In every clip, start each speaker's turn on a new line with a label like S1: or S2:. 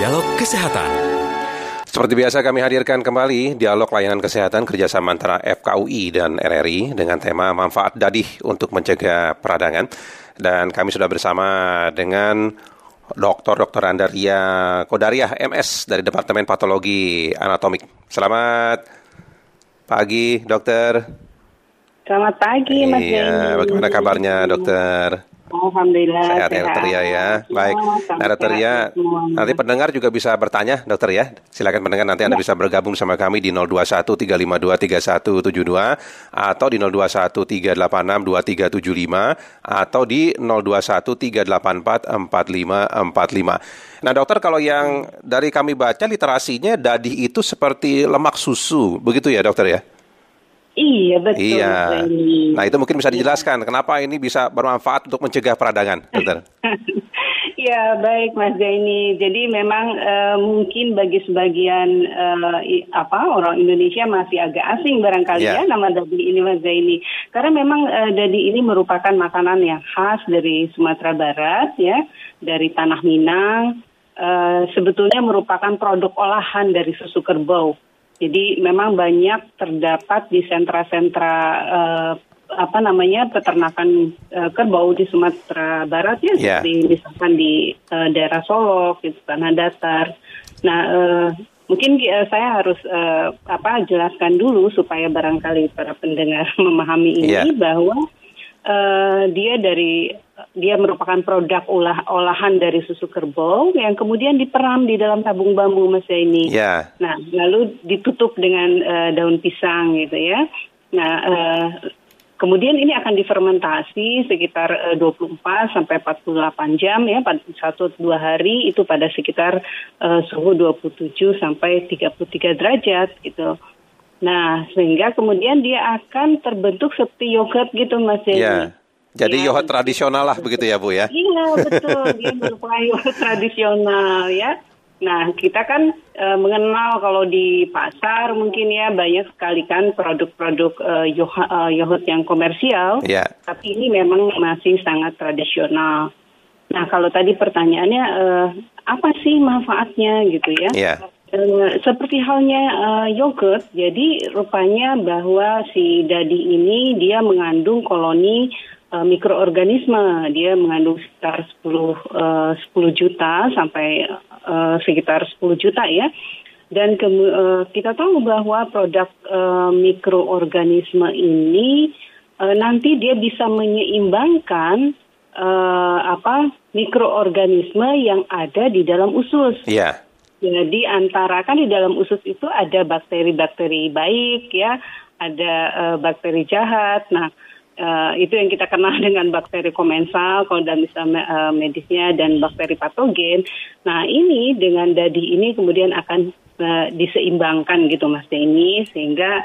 S1: Dialog Kesehatan.
S2: Seperti biasa kami hadirkan kembali dialog layanan kesehatan kerjasama antara FKUI dan RRI dengan tema manfaat dadih untuk mencegah peradangan. Dan kami sudah bersama dengan Dr. Andaria Kodariah, MS dari Departemen Patologi Anatomik. Selamat pagi, dokter.
S3: Selamat pagi, Mas Zaini.
S2: Iya, bagaimana kabarnya, dokter?
S3: Alhamdulillah
S2: Sehat ya, dokter ya. Baik. Nah, dokter ya, nanti pendengar juga bisa bertanya, dokter ya. Silakan pendengar, nanti Anda bisa bergabung sama kami di 021 352 3172 atau di 021 386 2375 atau di 021 384 4545. Nah, dokter, kalau yang dari kami baca literasinya dadih itu seperti lemak susu, begitu ya, dokter ya?
S3: Iya, betul.
S2: Iya. Nah, itu mungkin bisa dijelaskan kenapa ini bisa bermanfaat untuk mencegah peradangan, dokter.
S3: Ya, baik Mas Zaini. Jadi memang mungkin bagi sebagian orang Indonesia masih agak asing barangkali ya nama dadi ini, Mas Zaini. Karena memang dadi ini merupakan makanan yang khas dari Sumatera Barat ya, dari Tanah Minang. Sebetulnya merupakan produk olahan dari susu kerbau. Jadi memang banyak terdapat di sentra-sentra peternakan kerbau di Sumatera Barat ya, seperti misalkan di daerah Solok, gitu, Tanah Datar. Nah, mungkin saya harus jelaskan dulu supaya barangkali para pendengar memahami ini bahwa dia merupakan produk olahan dari susu kerbau yang kemudian diperam di dalam tabung bambu, Mas Zaini. Nah, lalu ditutup dengan daun pisang gitu ya. Nah, kemudian ini akan difermentasi sekitar 24 sampai 48 jam ya, 1-2 hari itu pada sekitar suhu 27 sampai 33 derajat gitu. Nah, sehingga kemudian dia akan terbentuk seperti yogurt gitu, Mas Zaini.
S2: Jadi yogurt tradisional lah begitu ya, Bu ya?
S3: Iya, betul. Dia merupakan yogurt tradisional ya. Nah, kita kan mengenal kalau di pasar mungkin ya banyak sekali kan produk-produk yogurt yang komersial. Tapi ini memang masih sangat tradisional. Nah, kalau tadi pertanyaannya apa sih manfaatnya gitu ya? Seperti halnya yogurt, jadi rupanya bahwa si dadi ini dia mengandung koloni mikroorganisme, dia mengandung sekitar 10 juta sampai sekitar 10 juta ya. Dan kita tahu bahwa produk mikroorganisme ini nanti dia bisa menyeimbangkan mikroorganisme yang ada di dalam usus. Jadi kan di dalam usus itu ada bakteri-bakteri baik ya, ada bakteri jahat. Nah, itu yang kita kenal dengan bakteri komensal kalau dalam istilah medisnya dan bakteri patogen. Nah, ini dengan dadi ini kemudian akan diseimbangkan gitu Mas Denny, sehingga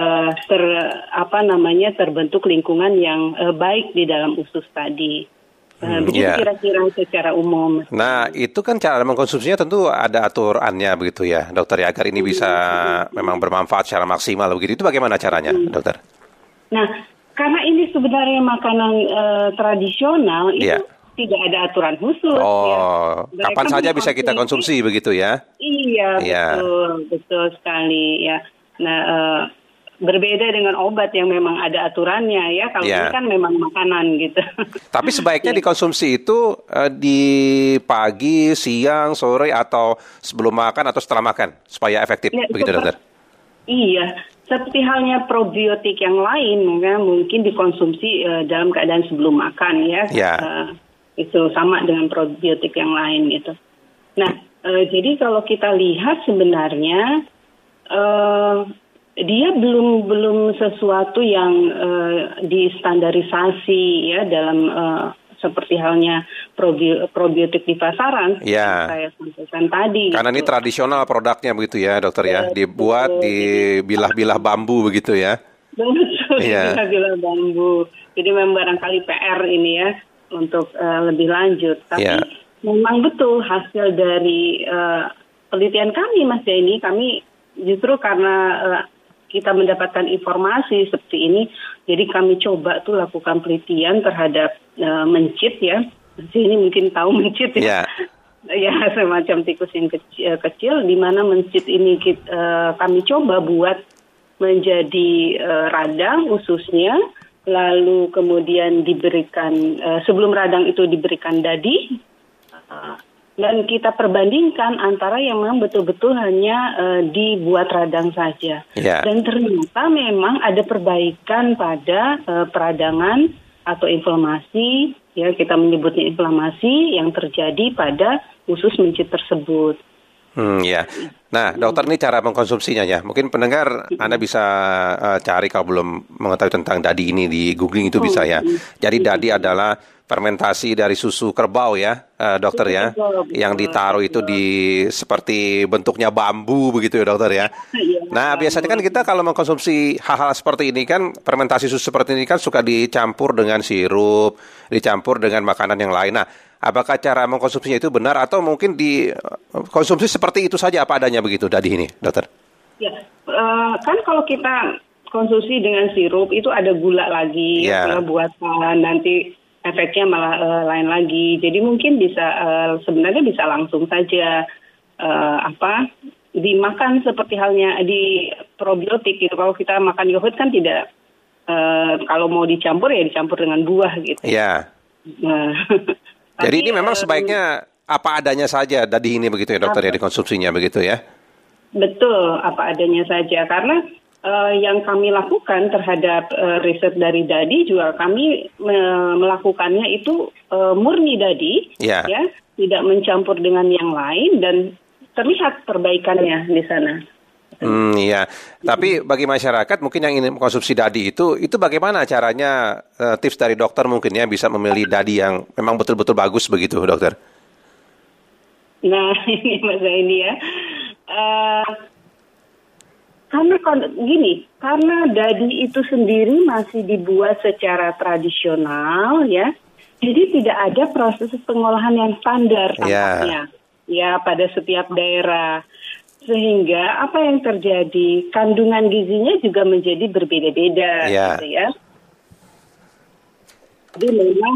S3: terbentuk lingkungan yang baik di dalam usus tadi. Begitu kira-kira secara umum.
S2: Nah, itu kan cara mengkonsumsinya tentu ada aturannya begitu ya, dokter ya, agar ini bisa memang bermanfaat secara maksimal begitu. Itu bagaimana caranya, dokter?
S3: Nah, karena ini sebenarnya makanan tradisional, itu tidak ada aturan khusus.
S2: Kapan saja bisa kita konsumsi begitu ya?
S3: Iya, betul sekali ya. Nah, berbeda dengan obat yang memang ada aturannya ya. Kalau ini kan memang makanan gitu.
S2: Tapi sebaiknya dikonsumsi itu di pagi, siang, sore, atau sebelum makan atau setelah makan supaya efektif begitu, dokter?
S3: Iya, seperti halnya probiotik yang lain mungkin dikonsumsi dalam keadaan sebelum makan ya. Itu sama dengan probiotik yang lain gitu. Nah, jadi kalau kita lihat sebenarnya dia belum sesuatu yang distandarisasi ya dalam seperti halnya probiotik di pasaran. Saya sampaikan tadi.
S2: Karena ini tradisional produknya begitu ya, dokter ya, dibuat di bilah-bilah bambu begitu ya.
S3: Betul, bilah-bilah bambu. Jadi memang barangkali PR ini ya untuk lebih lanjut. Tapi memang betul hasil dari penelitian kami, Mas Zaini, kami justru karena kita mendapatkan informasi seperti ini, jadi kami coba tuh lakukan penelitian terhadap mencit ya. Ini mungkin tahu mencit ya. ya semacam tikus yang kecil di mana mencit ini kami coba buat menjadi radang ususnya, lalu kemudian diberikan sebelum radang itu diberikan dadi, dan kita perbandingkan antara yang memang betul-betul hanya dibuat radang saja.
S2: Yeah.
S3: Dan ternyata memang ada perbaikan pada peradangan atau inflamasi, ya kita menyebutnya inflamasi yang terjadi pada usus mencit tersebut.
S2: Ya. Nah, dokter, ini cara mengkonsumsinya ya. Mungkin pendengar Anda bisa cari kalau belum mengetahui tentang dadi ini di googling itu bisa ya. Jadi dadi adalah fermentasi dari susu kerbau ya, dokter ya, yang ditaruh itu di seperti bentuknya bambu begitu ya, dokter ya. Nah, biasanya kan kita kalau mengkonsumsi hal-hal seperti ini kan, fermentasi susu seperti ini kan suka dicampur dengan sirup, dicampur dengan makanan yang lain. Nah, apakah cara mengkonsumsinya itu benar atau mungkin dikonsumsi seperti itu saja apa adanya begitu dadi ini, dokter?
S3: Ya, kan kalau kita konsumsi dengan sirup itu ada gula lagi, gula buatan, nanti efeknya malah lain lagi. Jadi mungkin bisa sebenarnya bisa langsung saja dimakan seperti halnya di probiotik gitu. Kalau kita makan yogurt kan tidak kalau mau dicampur ya dicampur dengan buah gitu.
S2: Iya. Jadi ini memang sebaiknya apa adanya saja dadi ini begitu ya, dokter, ya dikonsumsinya begitu ya? Betul, apa adanya saja, karena yang kami lakukan terhadap riset dari dadi juga kami melakukannya itu murni dadi, ya, tidak mencampur dengan yang lain dan terlihat perbaikannya di sana. Iya. Tapi bagi masyarakat mungkin yang ingin mengkonsumsi dadi itu bagaimana caranya, tips dari dokter mungkin ya bisa memilih dadi yang memang betul-betul bagus begitu, dokter? Nah, ini Mas Zaini ya. Karena dadi itu sendiri masih dibuat secara tradisional ya. Jadi tidak ada proses pengolahan yang standar tampaknya. Ya, pada setiap daerah. Sehingga apa yang terjadi, kandungan gizinya juga menjadi berbeda-beda, gitu ya. Jadi memang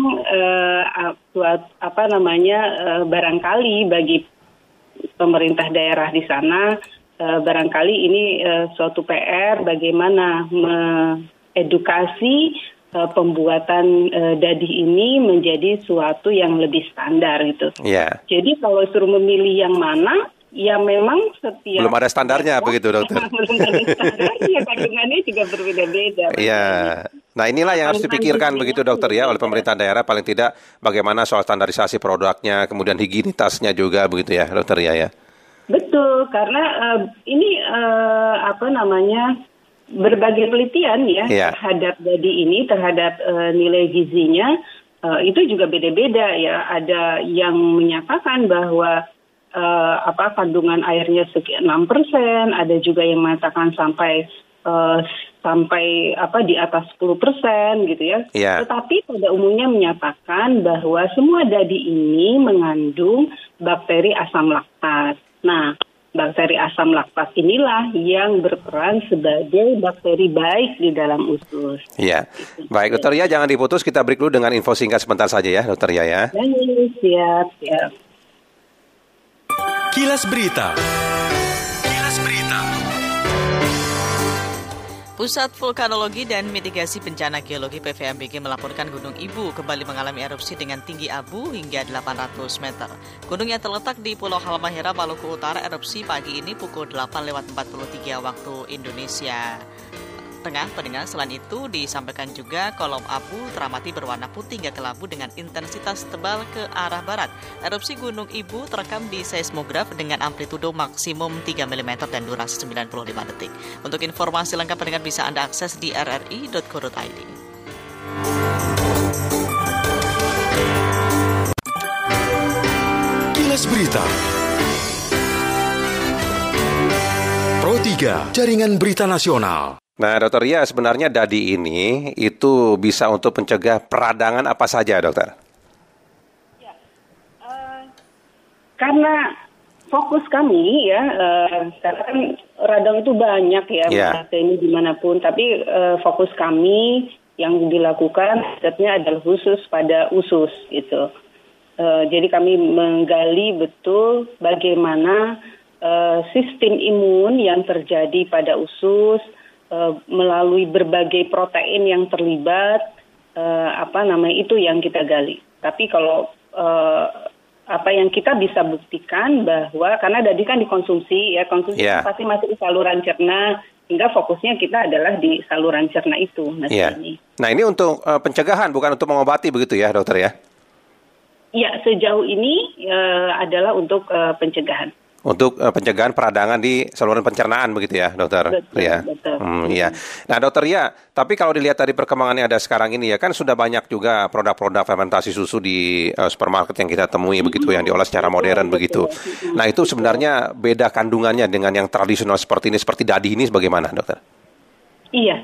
S2: barangkali bagi pemerintah daerah di sana, barangkali ini suatu PR bagaimana mengedukasi pembuatan dadi ini menjadi suatu yang lebih standar gitu. Jadi kalau suruh memilih yang mana, ya memang setiap... Belum ada standarnya begitu, dokter? Belum ada standarnya, kandungannya juga berbeda-beda. Iya. Nah, inilah yang harus dipikirkan begitu, dokter, ya, oleh pemerintah daerah, paling tidak bagaimana soal standarisasi produknya, kemudian higienitasnya juga begitu ya, dokter ya. Betul, karena ini berbagai penelitian ya terhadap dadi ini, terhadap nilai gizinya, itu juga beda-beda ya. Ada yang menyatakan bahwa kandungan airnya 6%, ada juga yang mengatakan sampai di atas 10% gitu ya. Tetapi pada umumnya menyatakan bahwa semua dadi ini mengandung bakteri asam laktat. Nah, bakteri asam laktat inilah yang berperan sebagai bakteri baik di dalam usus. Iya. Baik, dokter ya, jangan diputus, kita break dulu dengan info singkat sebentar saja ya, dokter ya. Siap.
S1: Kilas Berita.
S4: Pusat Vulkanologi dan Mitigasi Bencana Geologi PVMBG melaporkan Gunung Ibu kembali mengalami erupsi dengan tinggi abu hingga 800 meter. Gunung yang terletak di Pulau Halmahera, Maluku Utara, erupsi pagi ini pukul 8:43 waktu Indonesia Tengah. Pendengar, selain itu disampaikan juga kolom abu teramati berwarna putih hingga kelabu dengan intensitas tebal ke arah barat. Erupsi Gunung Ibu terekam di seismograf dengan amplitudo maksimum 3 mm dan durasi 95 detik. Untuk informasi lengkap pendengar bisa Anda akses di rri.co.id.
S1: Kilas Berita. Pro 3, Jaringan Berita Nasional.
S2: Nah, dokter, ya sebenarnya dadi ini itu bisa untuk mencegah peradangan apa saja, dokter? Ya,
S3: karena fokus kami ya, karena kan radang itu banyak ya, ini dimanapun. Tapi fokus kami yang dilakukan sebenarnya adalah khusus pada usus gitu. Jadi kami menggali betul bagaimana sistem imun yang terjadi pada usus melalui berbagai protein yang terlibat, itu yang kita gali. Tapi kalau apa yang kita bisa buktikan bahwa karena tadi kan dikonsumsi ya, pasti masuk di saluran cerna, hingga fokusnya kita adalah di saluran cerna itu. Ini.
S2: Nah ini untuk pencegahan, bukan untuk mengobati begitu ya dokter ya?
S3: Ya, sejauh ini adalah untuk pencegahan.
S2: Untuk pencegahan peradangan di saluran pencernaan begitu ya, dokter?
S3: Betul,
S2: ya.
S3: betul.
S2: Iya. Nah, dokter ya, tapi kalau dilihat dari perkembangan yang ada sekarang ini ya, kan sudah banyak juga produk-produk fermentasi susu di supermarket yang kita temui begitu, yang diolah secara modern begitu. Nah, itu sebenarnya beda kandungannya dengan yang tradisional seperti ini, seperti dadi ini, bagaimana, dokter?
S3: Iya.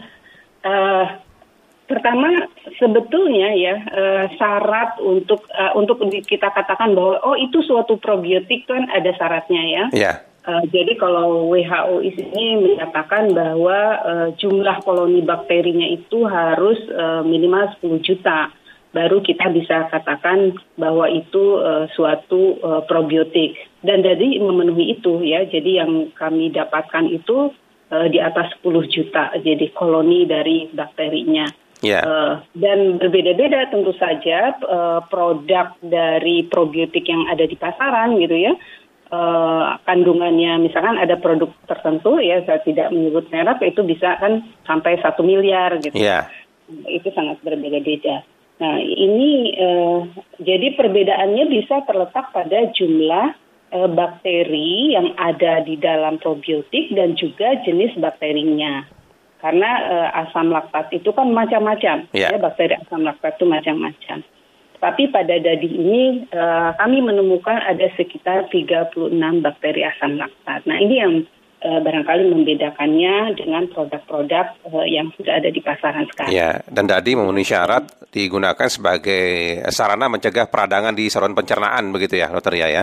S3: Pertama, sebetulnya ya syarat untuk kita katakan bahwa itu suatu probiotik kan ada syaratnya ya.
S2: Yeah.
S3: Jadi kalau WHO ini menyatakan bahwa jumlah koloni bakterinya itu harus minimal 10 juta, baru kita bisa katakan bahwa itu suatu probiotik. Dan jadi memenuhi itu ya. Jadi yang kami dapatkan itu di atas 10 juta. Jadi koloni dari bakterinya.
S2: Yeah.
S3: Dan berbeda-beda tentu saja produk dari probiotik yang ada di pasaran gitu ya, kandungannya misalkan ada produk tertentu ya, saya tidak menyebut merek, itu bisa kan sampai 1 miliar gitu.
S2: Yeah.
S3: Itu sangat berbeda-beda. Nah ini jadi perbedaannya bisa terletak pada jumlah bakteri yang ada di dalam probiotik dan juga jenis bakterinya. Karena asam laktat itu kan macam-macam, ya, bakteri asam laktat itu macam-macam. Tapi pada dadi ini kami menemukan ada sekitar 36 bakteri asam laktat. Nah ini yang barangkali membedakannya dengan produk-produk yang sudah ada di pasaran sekarang.
S2: Ya, dan dadi memenuhi syarat digunakan sebagai sarana mencegah peradangan di saluran pencernaan begitu ya, dokter ya?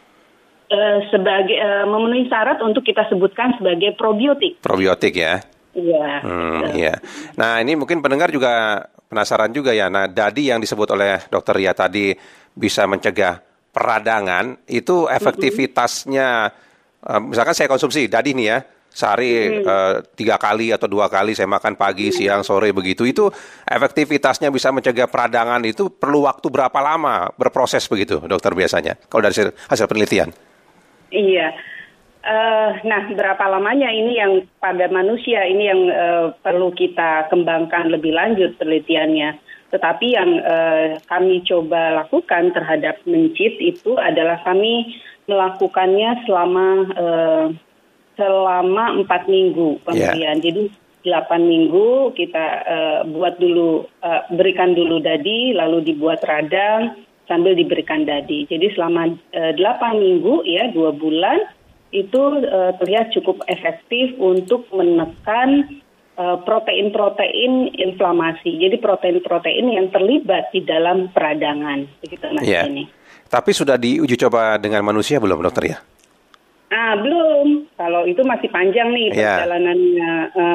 S3: Sebagai memenuhi syarat untuk kita sebutkan sebagai probiotik.
S2: Probiotik ya.
S3: Iya.
S2: Iya. Nah ini mungkin pendengar juga penasaran juga ya. Nah dadi yang disebut oleh dokter Ria tadi bisa mencegah peradangan, itu efektivitasnya, misalkan saya konsumsi dadi nih ya, sehari 3 kali atau 2 kali saya makan pagi, siang, sore begitu, itu efektivitasnya bisa mencegah peradangan itu perlu waktu berapa lama berproses begitu dokter biasanya kalau dari hasil penelitian?
S3: Iya. Nah, berapa lamanya ini yang pada manusia ini yang perlu kita kembangkan lebih lanjut penelitiannya. Tetapi yang kami coba lakukan terhadap mencit itu adalah kami melakukannya selama 4 minggu pemberian. Jadi 8 minggu kita berikan dulu dadi, lalu dibuat radang sambil diberikan dadi. Jadi selama 8 minggu ya, 2 bulan. Itu terlihat cukup efektif untuk menekan protein-protein inflamasi. Jadi protein-protein yang terlibat di dalam peradangan. Begitu Mas ini.
S2: Tapi sudah diuji coba dengan manusia belum dokter ya?
S3: Belum. Kalau itu masih panjang nih perjalanannya.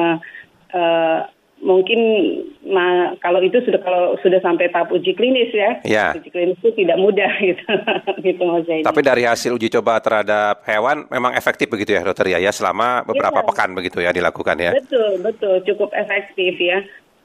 S3: Mungkin kalau sudah sampai tahap uji klinis ya. Uji klinis itu tidak mudah gitu. Gitu Mas Zaini.
S2: Tapi dari hasil uji coba terhadap hewan memang efektif begitu ya dokter ya, selama beberapa pekan begitu ya dilakukan ya.
S3: Betul cukup efektif ya.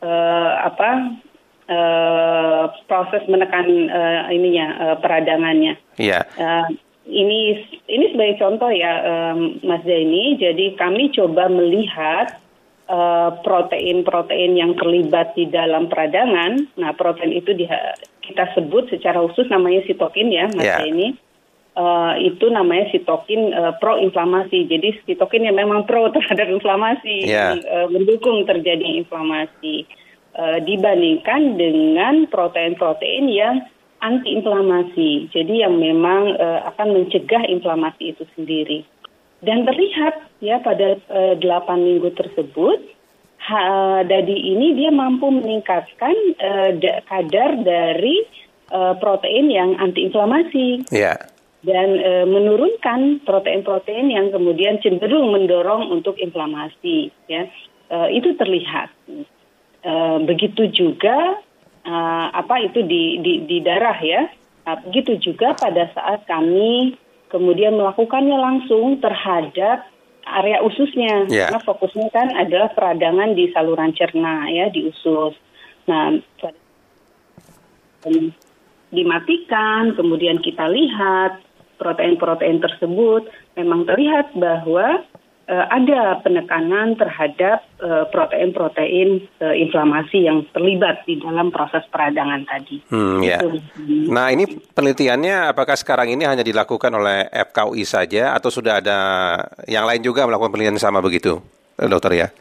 S3: Proses menekan peradangannya.
S2: Iya.
S3: Ini sebagai contoh ya Mas Zaini. Jadi kami coba melihat protein-protein yang terlibat di dalam peradangan. Nah, protein itu kita sebut secara khusus namanya sitokin ya, Mas ini. Itu namanya sitokin pro-inflamasi. Jadi sitokin yang memang pro terhadap inflamasi, mendukung terjadi inflamasi. Dibandingkan dengan protein-protein yang anti-inflamasi. Jadi yang memang akan mencegah inflamasi itu sendiri. Dan terlihat ya pada 8 minggu tersebut, dadi ini dia mampu meningkatkan kadar dari protein yang antiinflamasi. Dan menurunkan protein-protein yang kemudian cenderung mendorong untuk inflamasi. Ya, itu terlihat. Begitu juga itu di darah ya. Nah, begitu juga pada saat kami kemudian melakukannya langsung terhadap area ususnya.
S2: Yeah.
S3: Karena fokusnya kan adalah peradangan di saluran cerna ya, di usus. Nah, dimatikan, kemudian kita lihat protein-protein tersebut, memang terlihat bahwa ada penekanan terhadap protein-protein inflamasi yang terlibat di dalam proses peradangan tadi.
S2: Ya. Nah, ini penelitiannya apakah sekarang ini hanya dilakukan oleh FKUI saja atau sudah ada yang lain juga melakukan penelitian sama begitu, dokter ya?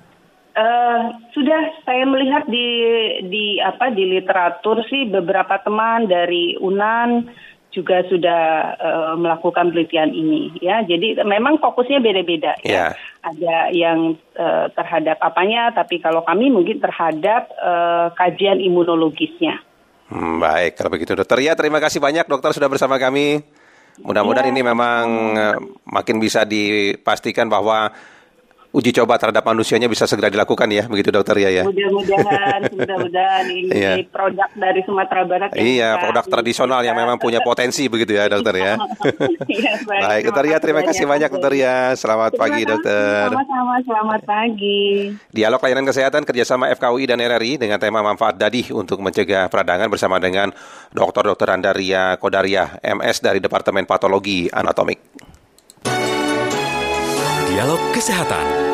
S3: Sudah saya melihat di literatur sih beberapa teman dari UNAN juga sudah melakukan penelitian ini ya. Jadi memang fokusnya beda-beda ya. Ada yang terhadap apanya, tapi kalau kami mungkin terhadap kajian imunologisnya.
S2: Baik, kalau begitu dokter ya, terima kasih banyak dokter sudah bersama kami. Mudah-mudahan ini memang makin bisa dipastikan bahwa uji coba terhadap manusianya bisa segera dilakukan ya, begitu dokter ya.
S3: Mudah-mudahan ini produk dari Sumatera Barat.
S2: Produk tradisional yang memang punya potensi begitu ya dokter ya. Baik dokter ya, terima kasih banyak dokter ya. Selamat pagi dokter.
S3: Sama-sama, selamat pagi.
S2: Dialog layanan kesehatan kerjasama FKUI dan RRI dengan tema manfaat dadih untuk mencegah peradangan bersama dengan Dr. Andaria Kodariah, MS dari Departemen Patologi Anatomik.
S1: Dialog Kesehatan.